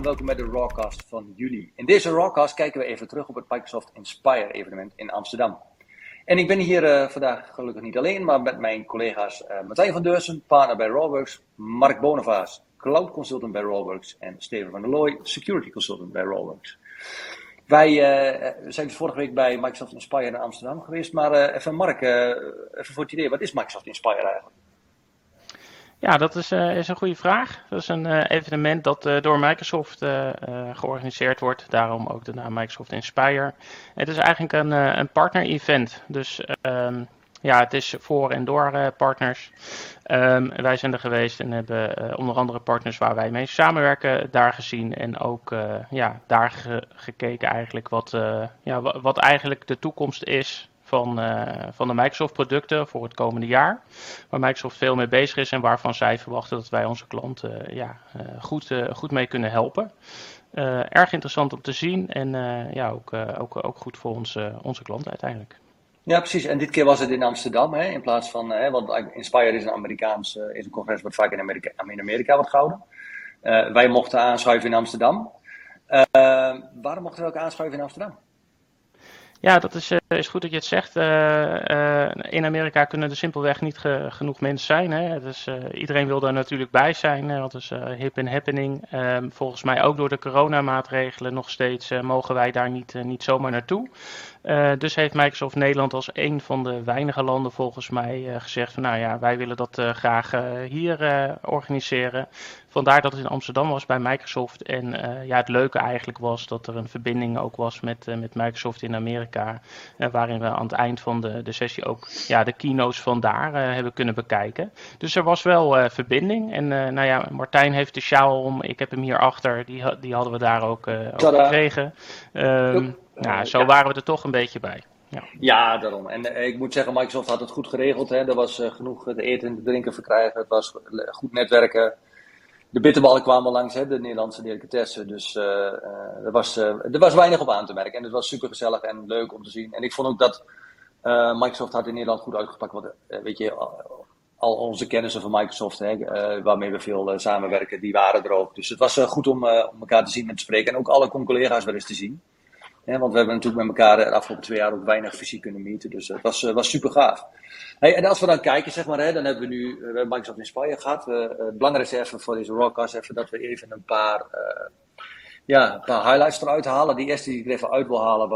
welkom bij de Rawcast van juli. In deze Rawcast kijken we even terug op het Microsoft Inspire evenement in Amsterdam. En ik ben hier vandaag gelukkig niet alleen, maar met mijn collega's Martijn van Deursen, partner bij Rawworks, Mark Bonavaas, Cloud Consultant bij Rawworks en Steven van der Looy, Security Consultant bij Rawworks. Wij zijn dus vorige week bij Microsoft Inspire in Amsterdam geweest, maar even Mark, even voor het idee, wat is Microsoft Inspire eigenlijk? Ja, dat is een goede vraag. Dat is een evenement dat door Microsoft georganiseerd wordt. Daarom ook de naam Microsoft Inspire. Het is eigenlijk een partner-event. Dus ja, het is voor en door partners. Wij zijn er geweest en hebben onder andere partners waar wij mee samenwerken daar gezien. En ook daar gekeken eigenlijk wat eigenlijk de toekomst is van de Microsoft producten voor het komende jaar. Waar Microsoft veel mee bezig is en waarvan zij verwachten dat wij onze klanten goed mee kunnen helpen. Erg interessant om te zien en ook goed voor onze klanten uiteindelijk. Ja, precies. En dit keer was het in Amsterdam, hè, in plaats van, want Inspire is een congres wat vaak in Amerika wordt gehouden. Wij mochten aanschuiven in Amsterdam. Waarom mochten we ook aanschuiven in Amsterdam? Ja, dat is goed dat je het zegt. In Amerika kunnen er simpelweg niet genoeg mensen zijn. Hè. Dus, iedereen wil daar natuurlijk bij zijn. Dat is hip en happening. Volgens mij ook door de coronamaatregelen nog steeds mogen wij daar niet zomaar naartoe. Dus heeft Microsoft Nederland als een van de weinige landen volgens mij gezegd van nou ja, wij willen dat graag hier organiseren. Vandaar dat het in Amsterdam was bij Microsoft. En het leuke eigenlijk was dat er een verbinding ook was met Microsoft in Amerika. Waarin we aan het eind van de sessie ook de keynotes van daar hebben kunnen bekijken. Dus er was wel verbinding. En Martijn heeft de sjaal om. Ik heb hem hier achter. Die hadden we daar ook gekregen. Zo waren we er toch een beetje bij. Ja, daarom. En ik moet zeggen, Microsoft had het goed geregeld. Hè. Er was genoeg te eten en te drinken verkrijgen. Het was goed netwerken. De bitterballen kwamen langs, hè, de Nederlandse delicatessen. Dus er was weinig op aan te merken. En het was super gezellig en leuk om te zien. En ik vond ook dat Microsoft had in Nederland goed uitgepakt. Want weet je, al onze kennissen van Microsoft, waarmee we veel samenwerken, die waren er ook. Dus het was goed om elkaar te zien en te spreken. En ook alle collega's wel eens te zien. Want we hebben natuurlijk met elkaar de afgelopen 2 jaar ook weinig fysiek kunnen meeten. Dus het was super gaaf. En als we dan kijken, zeg maar, dan hebben we nu Microsoft Inspire gehad. Het belangrijkste even voor deze Rawcast even dat we even een paar highlights eruit halen. Die eerste die ik er even uit wil halen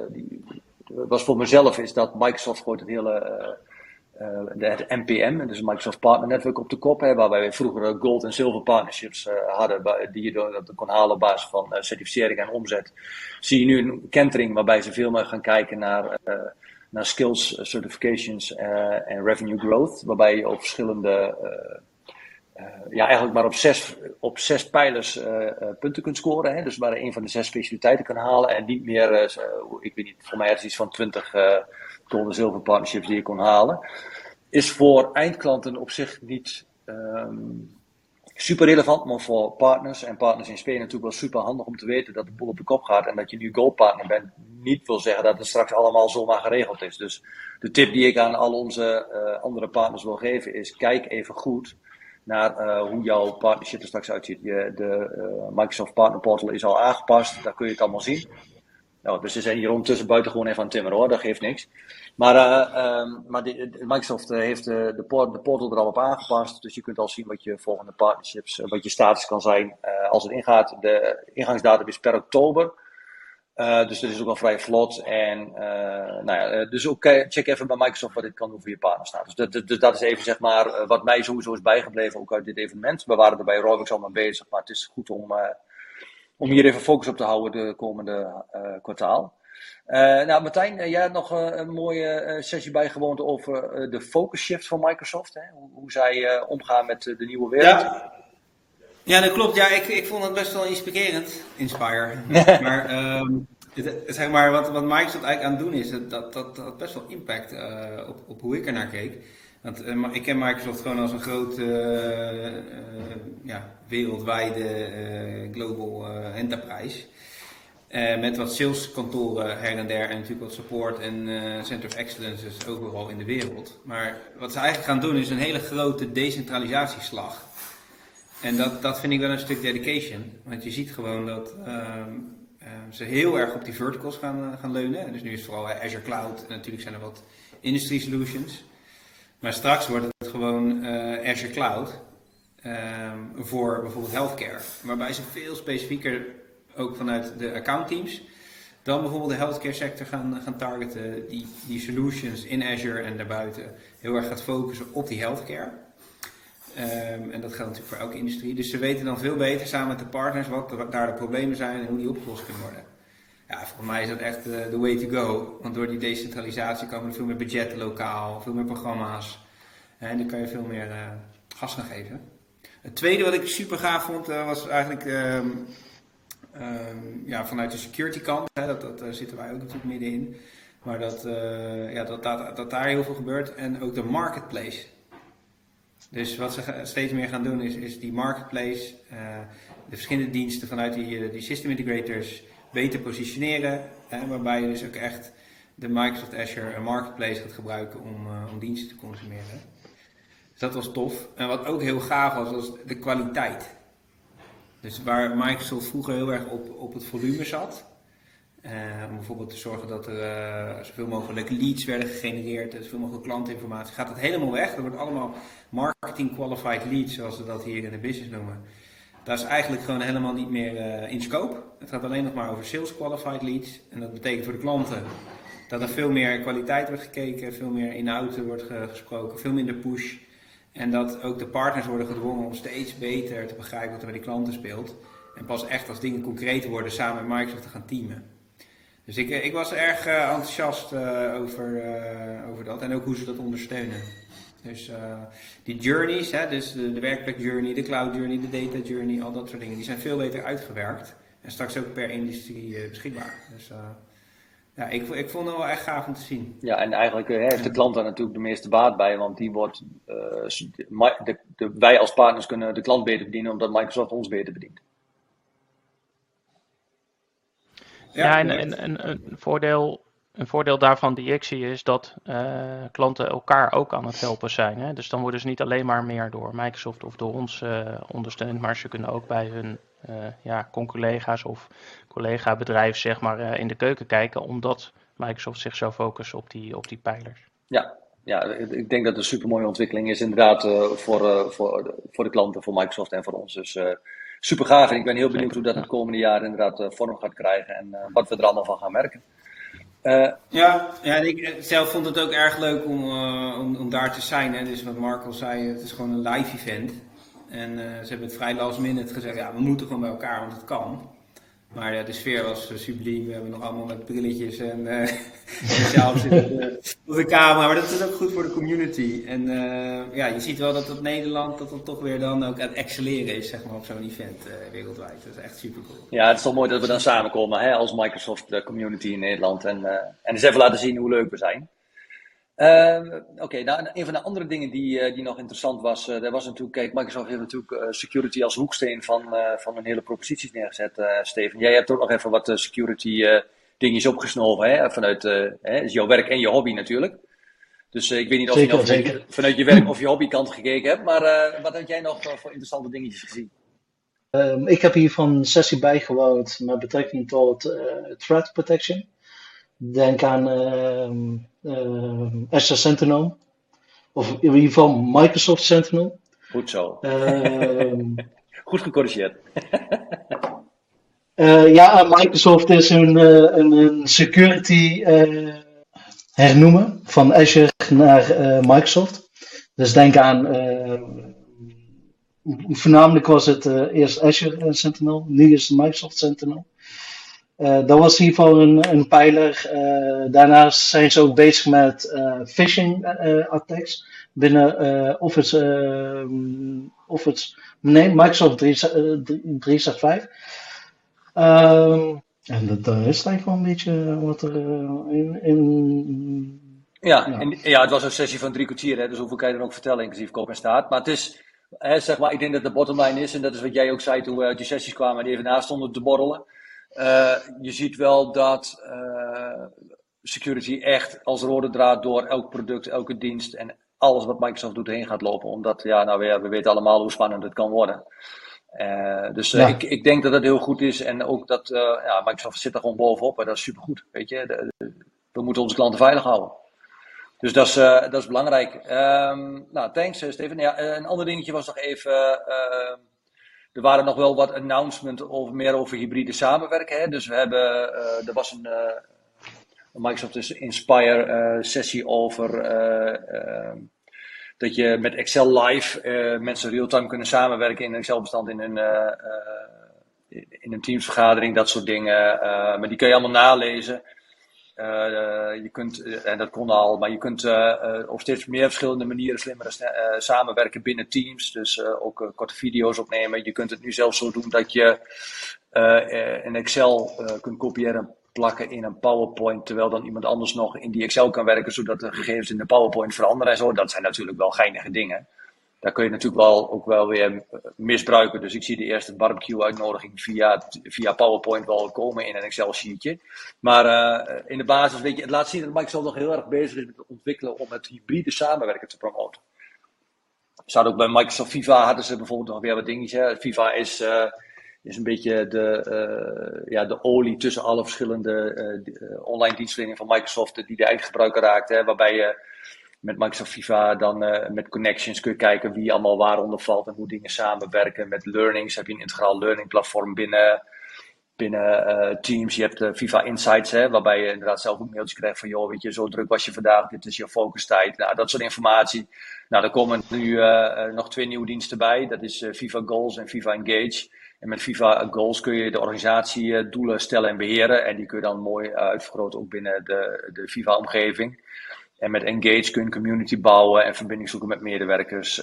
was voor mezelf is dat Microsoft gooit het hele het MPM, dus Microsoft Partner Network op de kop, waar wij vroeger gold en silver partnerships hadden, die je dat kon halen op basis van certificering en omzet. Zie je nu een kentering waarbij ze veel meer gaan kijken naar skills, certifications en revenue growth, waarbij je op verschillende, eigenlijk maar op zes pijlers punten kunt scoren. Hè? Dus waar je een van de 6 specialiteiten kan halen en niet meer, ik weet niet, voor mij is het iets van 20 gold en silver partnerships die je kon halen. Is voor eindklanten op zich niet super relevant, maar voor partners en partners in Spanje natuurlijk wel super handig om te weten dat de boel op de kop gaat en dat je nu gold partner bent. Niet wil zeggen dat het straks allemaal zomaar geregeld is. Dus de tip die ik aan al onze andere partners wil geven is, kijk even goed naar hoe jouw partnership er straks uitziet. De Microsoft Partner Portal is al aangepast, daar kun je het allemaal zien. Nou, dus ze zijn hier ondertussen buiten gewoon even aan het timmeren hoor, dat geeft niks. Maar Microsoft heeft de portal er al op aangepast. Dus je kunt al zien wat je volgende partnerships, wat je status kan zijn als het ingaat. De ingangsdatum is per oktober. Dus dat is ook al vrij vlot. En dus ook check even bij Microsoft wat dit kan doen voor je partnerstatus. Dus dat is even zeg maar wat mij sowieso is bijgebleven ook uit dit evenement. We waren er bij Rawworks al mee bezig, maar het is goed om hier even focus op te houden de komende kwartaal. Martijn, jij hebt nog een mooie sessie bijgewoond over de focus shift van Microsoft. Hè? Hoe zij omgaan met de nieuwe wereld. Ja, dat klopt. Ja, ik vond het best wel inspirerend. Inspire. Maar wat Microsoft eigenlijk aan het doen is, dat had best wel impact op hoe ik er naar keek. Want ik ken Microsoft gewoon als een groot wereldwijde global enterprise. Met wat saleskantoren her en der en natuurlijk wat support en center of excellence overal in de wereld. Maar wat ze eigenlijk gaan doen is een hele grote decentralisatieslag. En dat vind ik wel een stuk dedication. Want je ziet gewoon dat ze heel erg op die verticals gaan leunen. Dus nu is het vooral Azure Cloud. En natuurlijk zijn er wat industry solutions. Maar straks wordt het gewoon Azure Cloud voor bijvoorbeeld healthcare. Waarbij ze veel specifieker, ook vanuit de accountteams, dan bijvoorbeeld de healthcare sector gaan targeten. Die solutions in Azure en daarbuiten heel erg gaat focussen op die healthcare. En dat geldt natuurlijk voor elke industrie. Dus ze weten dan veel beter samen met de partners wat daar de problemen zijn en hoe die opgelost kunnen worden. Ja, voor mij is dat echt the way to go. Want door die decentralisatie komen er veel meer budgetten lokaal, veel meer programma's. En dan kan je veel meer gas gaan geven. Het tweede wat ik super gaaf vond was eigenlijk vanuit de security kant. Dat zitten wij ook natuurlijk middenin. Maar dat daar heel veel gebeurt. En ook de marketplace. Dus wat ze steeds meer gaan doen is die marketplace, de verschillende diensten vanuit die system integrators beter positioneren. Waarbij je dus ook echt de Microsoft Azure Marketplace gaat gebruiken om diensten te consumeren. Dus dat was tof. En wat ook heel gaaf was de kwaliteit. Dus waar Microsoft vroeger heel erg op het volume zat. Om bijvoorbeeld te zorgen dat er zoveel mogelijk leads werden gegenereerd, zoveel mogelijk klantinformatie. Gaat het helemaal weg. Dat wordt allemaal marketing qualified leads, zoals we dat hier in de business noemen. Dat is eigenlijk gewoon helemaal niet meer in scope. Het gaat alleen nog maar over sales qualified leads. En dat betekent voor de klanten dat er veel meer kwaliteit wordt gekeken, veel meer inhoud wordt gesproken, veel minder push. En dat ook de partners worden gedwongen om steeds beter te begrijpen wat er bij die klanten speelt. En pas echt als dingen concreet worden samen met Microsoft te gaan teamen. Dus ik was erg enthousiast over dat en ook hoe ze dat ondersteunen. Dus die journeys, dus de werkplek journey, de cloud journey, de data journey, al dat soort dingen, die zijn veel beter uitgewerkt. En straks ook per industrie beschikbaar. Dus ik vond het wel echt gaaf om te zien. Ja, en eigenlijk heeft de klant daar natuurlijk de meeste baat bij, want die wordt, wij als partners kunnen de klant beter bedienen, omdat Microsoft ons beter bedient. Ja, en een voordeel daarvan die ik zie is dat klanten elkaar ook aan het helpen zijn. Hè? Dus dan worden ze niet alleen maar meer door Microsoft of door ons ondersteund, maar ze kunnen ook bij hun collega's of collega-bedrijf zeg maar, in de keuken kijken, omdat Microsoft zich zo focust op die pijlers. Ja, ik denk dat het een supermooie ontwikkeling is inderdaad voor de klanten, voor Microsoft en voor ons. Dus super gaaf en ik ben heel benieuwd hoe dat het komende jaar inderdaad vorm gaat krijgen en wat we er allemaal van gaan merken. Ik zelf vond het ook erg leuk om daar te zijn. Hè. Dus wat Marco zei, het is gewoon een live event. En ze hebben het vrij last minute gezegd, ja, we moeten gewoon bij elkaar, want het kan. Maar de sfeer was subliem. We hebben nog allemaal met brilletjes en zelfs op de camera. Maar dat is ook goed voor de community. En je ziet wel dat Nederland dat toch weer dan ook aan het excelleren is, zeg maar, op zo'n event wereldwijd. Dat is echt super cool. Ja, het is toch mooi dat we dan samenkomen als Microsoft community in Nederland. En eens even laten zien hoe leuk we zijn. Nou, een van de andere dingen die nog interessant was, dat was natuurlijk, kijk, Microsoft heeft natuurlijk security als hoeksteen van hun hele proposities neergezet, Steven. Jij hebt ook nog even wat security dingetjes opgesnoven, hè, vanuit jouw werk en je hobby natuurlijk. Dus ik weet niet of je nog vanuit je werk of je hobbykant gekeken hebt, maar wat had jij nog voor interessante dingetjes gezien? Ik heb hiervan een sessie bijgewoond met betrekking tot threat protection. Denk aan Azure Sentinel. Of in ieder geval Microsoft Sentinel. Goed zo. Goed gecorrigeerd. Microsoft is een security hernoemen van Azure naar Microsoft. Dus denk aan, voornamelijk was het eerst Azure Sentinel, nu is het Microsoft Sentinel. Dat was in ieder geval een pijler. Daarnaast zijn ze ook bezig met phishing attacks binnen Microsoft 365. En dat is eigenlijk wel een beetje wat er in. Het was een sessie van 3 kwartier, hè, dus hoeveel kan je er ook vertellen, inclusief kop en staart. Maar het is, zeg maar, ik denk dat de bottomline is, en dat is wat jij ook zei toen we uit die sessies kwamen en even naast stonden te borrelen. Je ziet wel dat security echt als rode draad door elk product, elke dienst en alles wat Microsoft doet heen gaat lopen. Omdat, we weten allemaal hoe spannend het kan worden. Ik denk dat dat heel goed is. En ook dat Microsoft zit er gewoon bovenop. En dat is supergoed. Weet je? We moeten onze klanten veilig houden. Dus dat is belangrijk. Thanks Steven. Ja, een ander dingetje was nog even... er waren nog wel wat announcements meer over hybride samenwerken. Hè? Dus we hebben... er was een Microsoft Inspire sessie over... dat je met Excel Live mensen real-time kunnen samenwerken in een Excel-bestand in een teamsvergadering, dat soort dingen. Maar die kun je allemaal nalezen. Je kunt, en dat kon al, maar je kunt op steeds meer verschillende manieren slimmer samenwerken binnen teams. Dus ook korte video's opnemen. Je kunt het nu zelfs zo doen dat je een Excel kunt kopiëren, plakken in een PowerPoint, terwijl dan iemand anders nog in die Excel kan werken, zodat de gegevens in de PowerPoint veranderen en zo. Dat zijn natuurlijk wel geinige dingen. Daar kun je natuurlijk ook wel weer misbruiken. Dus ik zie de eerste barbecue-uitnodiging via PowerPoint wel komen in een Excel-sheetje. Maar in de basis, weet je, het laat zien dat Microsoft nog heel erg bezig is met het ontwikkelen om het hybride samenwerken te promoten. Ze hadden ook bij Microsoft Viva hadden ze bijvoorbeeld nog weer wat dingetjes. Viva is een beetje de olie tussen alle verschillende online dienstverleningen van Microsoft die de eindgebruiker raakt. Hè, waarbij je met Microsoft Viva dan met connections kun je kijken wie allemaal waaronder valt en hoe dingen samenwerken. Met learnings heb je een integraal learning platform binnen Teams. Je hebt Viva Insights, hè, waarbij je inderdaad zelf een mailtje krijgt van joh, weet je, zo druk was je vandaag, dit is je focustijd. Nou, dat soort informatie. Nou, er komen nu nog 2 nieuwe diensten bij. Dat is Viva Goals en Viva Engage. En met Viva Goals kun je de organisatie doelen stellen en beheren. En die kun je dan mooi uitvergroten ook binnen de Viva-omgeving. En met Engage kun je een community bouwen en verbinding zoeken met medewerkers.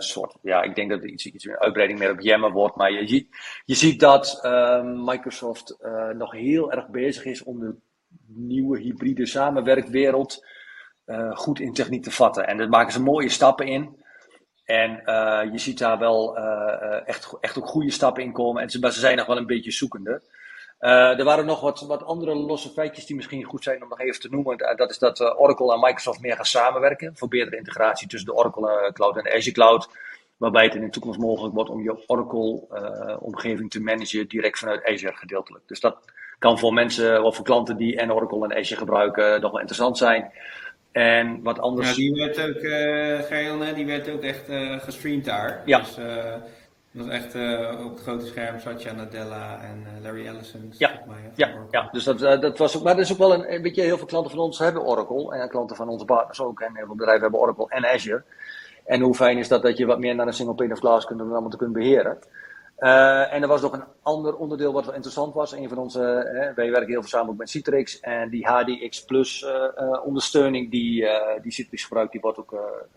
Ik denk dat het iets een uitbreiding meer op Yammer wordt. Maar je ziet dat Microsoft nog heel erg bezig is om de nieuwe hybride samenwerkwereld goed in techniek te vatten. En daar maken ze mooie stappen in. En je ziet daar wel echt ook goede stappen in komen. Maar ze zijn nog wel een beetje zoekende. Er waren nog wat andere losse feitjes die misschien goed zijn om nog even te noemen. Dat is dat Oracle en Microsoft meer gaan samenwerken. Voor betere integratie tussen de Oracle Cloud en de Azure Cloud. Waarbij het in de toekomst mogelijk wordt om je Oracle-omgeving te managen direct vanuit Azure gedeeltelijk. Dus dat kan voor mensen of voor klanten die en Oracle en Azure gebruiken nog wel interessant zijn. En wat anders... Ja, die werd ook, Gerjon, die werd ook echt gestreamd daar. Ja. Dus dat was echt op het grote scherm Satya Nadella en Larry Ellison. Ja. Dus dat was ook, maar dat is ook wel een beetje, heel veel klanten van ons hebben Oracle. En klanten van onze partners ook. En heel veel bedrijven hebben Oracle en Azure. En hoe fijn is dat je wat meer naar een single pane of glass kunt doen om allemaal te kunnen beheren. En er was nog een ander onderdeel wat wel interessant was. Een van onze, wij werken heel veel samen ook met Citrix. En die HDX Plus ondersteuning die Citrix gebruikt, die wordt ook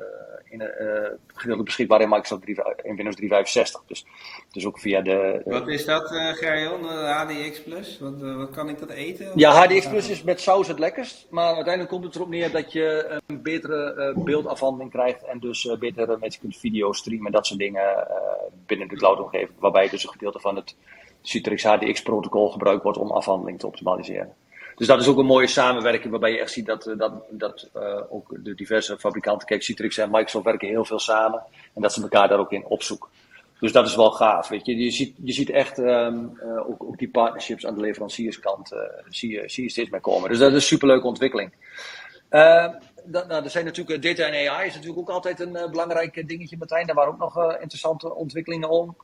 gedeeltelijk beschikbaar in Microsoft in Windows 365. Dus ook via de... Wat is dat, Gerjon, HDX Plus? Wat kan ik dat eten? Ja, HDX Plus is met saus het lekkerst. Maar uiteindelijk komt het erop neer dat je een betere beeldafhandeling krijgt. En dus betere mensen kunt video streamen en dat soort dingen binnen de cloud-omgeving. Waarbij dus een gedeelte van het Citrix HDX-protocol gebruikt wordt om afhandeling te optimaliseren. Dus dat is ook een mooie samenwerking waarbij je echt ziet dat ook de diverse fabrikanten, kijk, Citrix en Microsoft werken heel veel samen. En dat ze elkaar daar ook in opzoeken. Dus dat is wel gaaf, weet je. Je ziet echt ook die partnerships aan de leverancierskant zie je steeds meer komen. Dus dat is een superleuke ontwikkeling. Er zijn natuurlijk data en AI is natuurlijk ook altijd een belangrijk dingetje, Martijn. Daar waren ook nog interessante ontwikkelingen om.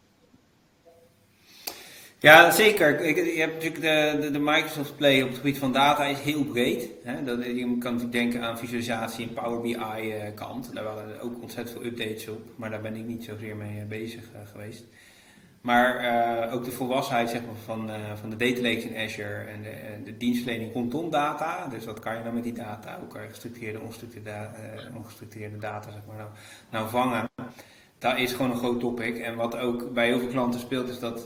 Ja, zeker. Je hebt natuurlijk de Microsoft Play op het gebied van data is heel breed. Hè? Je kan natuurlijk denken aan visualisatie en Power BI kant. Daar waren ook ontzettend veel updates op, maar daar ben ik niet zozeer mee bezig geweest. Maar ook de volwassenheid zeg maar, van de data lakes in Azure en de dienstverlening rondom data. Dus wat kan je nou met die data? Hoe kan je gestructureerde en ongestructureerde data zeg maar, nou vangen? Dat is gewoon een groot topic. En wat ook bij heel veel klanten speelt is dat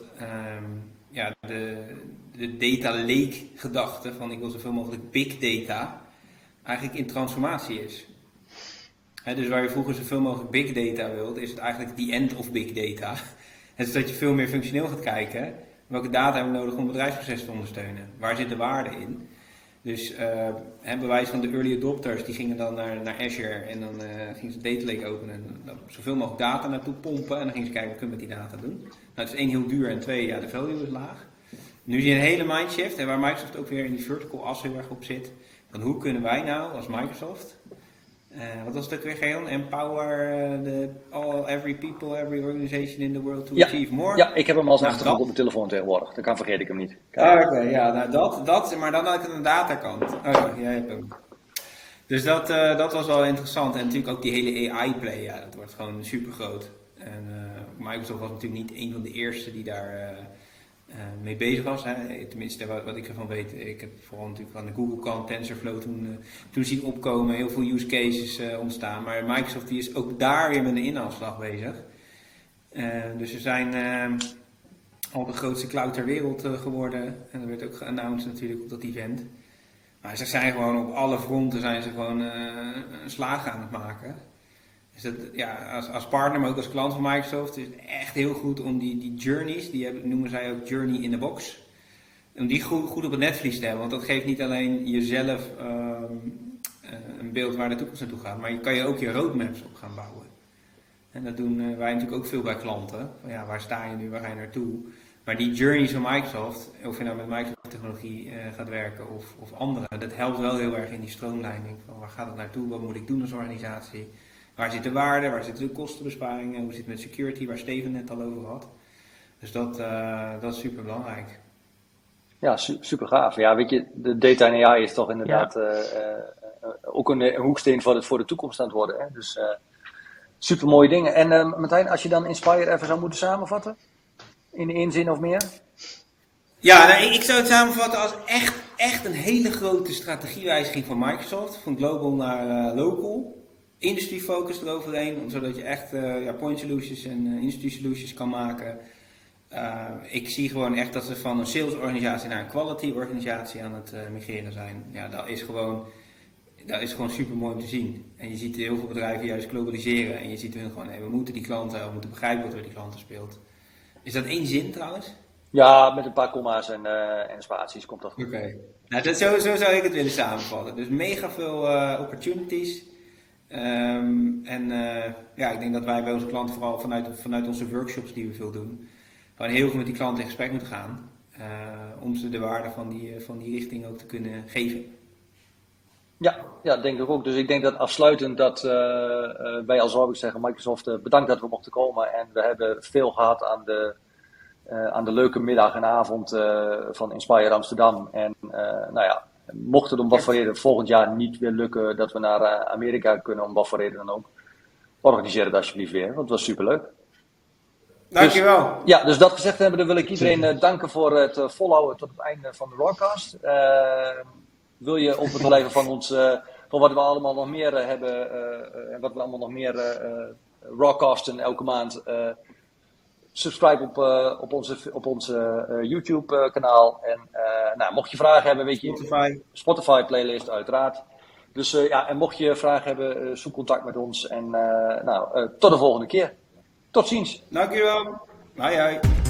de data lake gedachte van ik wil zoveel mogelijk big data eigenlijk in transformatie is. Dus waar je vroeger zoveel mogelijk big data wilde, is het eigenlijk the end of big data. Het is dat je veel meer functioneel gaat kijken. Welke data hebben we nodig om bedrijfsprocessen te ondersteunen? Waar zit de waarde in? Dus bewijs van de early adopters, die gingen dan naar Azure en dan gingen ze Data Lake openen en dan zoveel mogelijk data naartoe pompen en dan gingen ze kijken wat kunnen we met die data doen. Nou, het is 1 heel duur en 2, ja, de value is laag. Nu zie je een hele mindshift, waar Microsoft ook weer in die vertical as heel erg op zit. Van hoe kunnen wij nou als Microsoft, wat was het ook weer, Geon? Empower every people, every organization in the world to achieve more? Ja, ik heb hem als achtergrond op mijn telefoon tegenwoordig. Dan vergeet ik hem niet. Oké, ja, nou maar dan had ik het aan de datakant. Oh ja, jij hebt hem. Dus dat was wel interessant. En natuurlijk ook die hele AI-play, ja, dat wordt gewoon super groot. En Microsoft was natuurlijk niet een van de eerste die daar mee bezig was. Hè. Tenminste, wat ik ervan weet. Ik heb vooral natuurlijk aan de Google-kant TensorFlow toen zien opkomen. Heel veel use cases ontstaan. Maar Microsoft die is ook daar weer met een inhaalslag bezig. Dus ze zijn al de grootste cloud ter wereld geworden. En dat werd ook geannounced natuurlijk op dat event. Maar ze zijn gewoon op alle fronten zijn ze gewoon een slaag aan het maken. Dus dat, ja, als partner, maar ook als klant van Microsoft is het echt heel goed om die journeys, noemen zij ook journey in the box, om die goed op het netvlies te hebben. Want dat geeft niet alleen jezelf een beeld waar de toekomst naartoe gaat, maar je kan je ook je roadmaps op gaan bouwen. En dat doen wij natuurlijk ook veel bij klanten. Van, ja, waar sta je nu, waar ga je naartoe? Maar die journeys van Microsoft, of je nou met Microsoft technologie gaat werken of andere, dat helpt wel heel erg in die stroomleiding. Van waar gaat het naartoe, wat moet ik doen als organisatie? Waar zit de waarde, waar zitten de kostenbesparingen, hoe zit het met security, waar Steven net al over had. Dus dat is super belangrijk. Ja, super gaaf. Ja, weet je, de data en AI is toch inderdaad ook een hoeksteen voor de toekomst aan het worden. Hè? Dus super mooie dingen. En Martijn, als je dan Inspire even zou moeten samenvatten, in één zin of meer? Ja, nou, ik zou het samenvatten als echt een hele grote strategiewijziging van Microsoft, van global naar local. Industry focus eroverheen, zodat je echt point solutions en industry solutions kan maken. Ik zie gewoon echt dat ze van een sales organisatie naar een quality organisatie aan het migreren zijn. Ja, dat is gewoon super mooi om te zien. En je ziet heel veel bedrijven juist globaliseren en je ziet hun gewoon, we moeten die klanten, we moeten begrijpen wat er die klanten speelt. Is dat 1 zin trouwens? Ja, met een paar komma's en spaties komt dat goed. Oké. Nou, zo zou ik het willen samenvatten. Dus mega veel opportunities. Ik denk dat wij bij onze klanten vooral vanuit onze workshops die we veel doen, gewoon heel veel met die klanten in gesprek moeten gaan. Om ze de waarde van die richting ook te kunnen geven. Ja, denk ik ook. Dus ik denk dat afsluitend dat wij als zou ik zeggen Microsoft bedankt dat we mochten komen. En we hebben veel gehad aan de leuke middag en avond van Inspire Amsterdam. En mocht het om wat voor reden volgend jaar niet weer lukken dat we naar Amerika kunnen, om wat voor reden dan ook, organiseer het alsjeblieft weer, want het was superleuk. Dankjewel. Dus dat gezegd hebben, dan wil ik iedereen danken voor het volhouden tot het einde van de Rawcast. Wil je op het blijven van ons, van wat we allemaal nog meer hebben en wat we allemaal nog meer Rawcasten elke maand, subscribe op onze YouTube kanaal. En mocht je vragen hebben, weet je, Spotify playlist uiteraard. Dus en mocht je vragen hebben, zoek contact met ons. En tot de volgende keer. Tot ziens. Dankjewel. Bye.